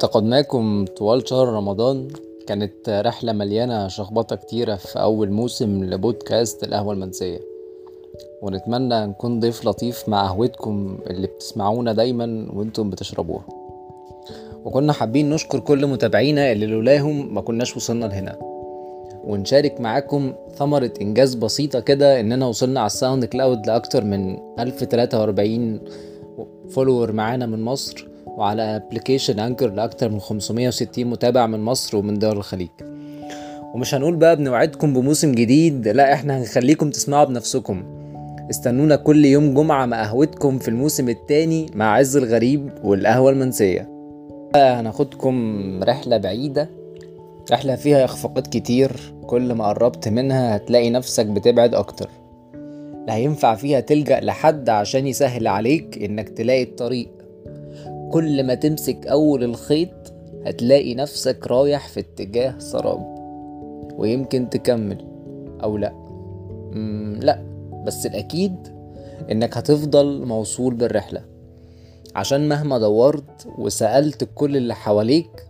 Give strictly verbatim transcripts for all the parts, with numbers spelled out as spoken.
افتقدناكم طوال شهر رمضان. كانت رحلة مليانة شخبطة كتيرة في أول موسم لبودكاست القهوة المنسية، ونتمنى نكون ضيف لطيف مع قهوتكم اللي بتسمعونا دايما وانتم بتشربوها. وكنا حابين نشكر كل متابعينا اللي لولاهم ما كناش وصلنا لهنا، ونشارك معاكم ثمرة إنجاز بسيطة كده إننا وصلنا على الساوند كلاود لأكتر من ألف وثلاثة وأربعين فولور معانا من مصر، وعلى ابليكيشن انكر لاكتر من خمسمية وستين متابع من مصر ومن دول الخليج. ومش هنقول بقى بنوعدكم بموسم جديد، لا احنا هنخليكم تسمعوا بنفسكم. استنونا كل يوم جمعة مع قهوتكم في الموسم الثاني مع عز الغريب والقهوة المنسية. هناخدكم رحلة بعيدة، رحلة فيها اخفاقات كتير، كل ما قربت منها هتلاقي نفسك بتبعد اكتر. لا هينفع فيها تلجأ لحد عشان يسهل عليك انك تلاقي الطريق. كل ما تمسك اول الخيط هتلاقي نفسك رايح في اتجاه سراب، ويمكن تكمل او لا مم لا بس الاكيد انك هتفضل موصول بالرحلة، عشان مهما دورت وسألت كل اللي حواليك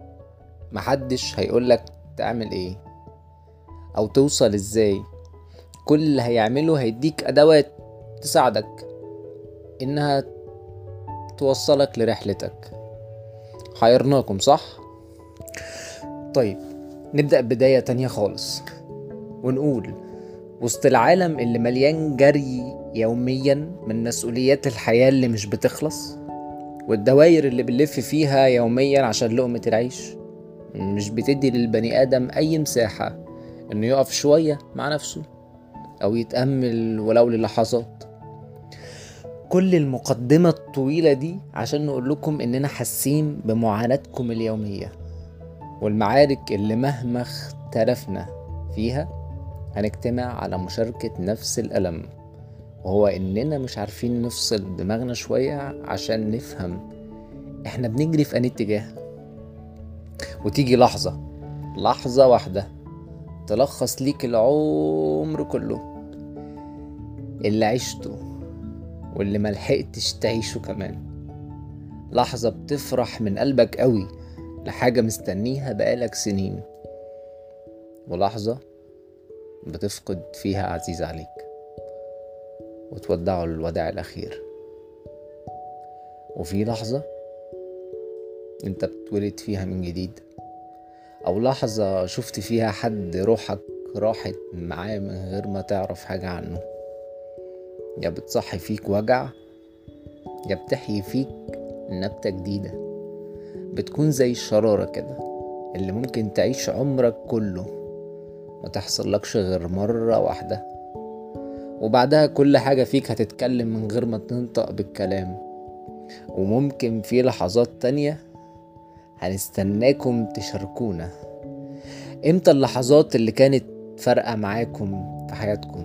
محدش هيقولك تعمل ايه او توصل ازاي. كل اللي هيعمله هيديك ادوات تساعدك انها توصلك لرحلتك. حيرناكم صح؟ طيب نبدأ بداية تانية خالص ونقول وسط العالم اللي مليان جري يوميا من مسؤوليات الحياة اللي مش بتخلص، والدوائر اللي بنلف فيها يوميا عشان لقمة العيش، مش بتدي للبني آدم أي مساحة إنه يقف شوية مع نفسه أو يتأمل ولو للحظات. كل المقدمة الطويلة دي عشان نقول لكم إننا حاسين بمعاناتكم اليومية، والمعارك اللي مهما اختلفنا فيها هنجتمع على مشاركة نفس الألم، وهو إننا مش عارفين نفصل دماغنا شوية عشان نفهم إحنا بنجري في أي اتجاه. وتيجي لحظة لحظة واحدة تلخص ليك العمر كله اللي عشته واللي ملحقتش تعيشه كمان. لحظة بتفرح من قلبك قوي لحاجة مستنيها بقالك سنين، ولحظة بتفقد فيها عزيز عليك وتودعه الوداع الأخير. وفي لحظة انت بتولد فيها من جديد، أو لحظة شفت فيها حد روحك راحت معاه من غير ما تعرف حاجة عنه. يا بتصحي فيك وجع، يا بتحيي فيك نبتة جديدة بتكون زي الشرارة كده اللي ممكن تعيش عمرك كله ما تحصل لكش غير مرة واحدة، وبعدها كل حاجة فيك هتتكلم من غير ما تنطق بالكلام. وممكن في لحظات تانية هنستناكم تشاركونا. امتى اللحظات اللي كانت فارقة معاكم في حياتكم؟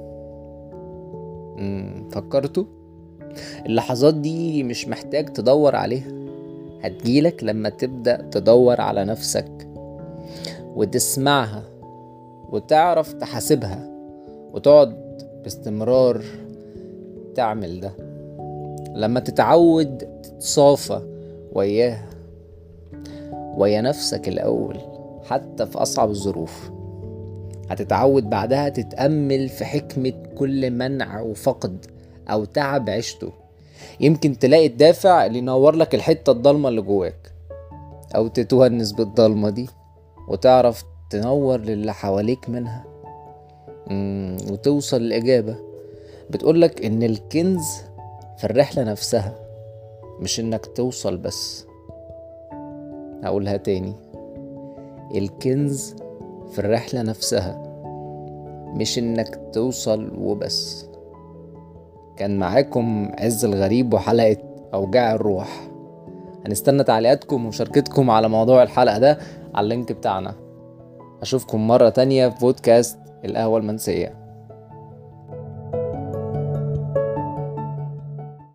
مم. فكرتوا؟ اللحظات دي مش محتاج تدور عليها، هتجيلك لما تبدأ تدور على نفسك وتسمعها وتعرف تحاسبها وتقعد باستمرار تعمل ده. لما تتعود تتصافى وياها ويا نفسك الأول حتى في أصعب الظروف، هتتعود بعدها تتأمل في حكمة كل منع وفقد أو تعب عشته. يمكن تلاقي الدافع اللي ينور لك الحتة الضلمة اللي جواك، أو تتونس بالضلمة دي وتعرف تنور للي حواليك منها. مم. وتوصل الإجابة بتقولك إن الكنز في الرحلة نفسها، مش إنك توصل بس. هقولها تاني، الكنز في الرحلة نفسها مش إنك توصل وبس. كان معاكم عز الغريب وحلقة أوجاع الروح. هنستنى تعليقاتكم ومشاركتكم على موضوع الحلقة ده على اللينك بتاعنا. أشوفكم مرة تانية في بودكاست القهوة المنسية.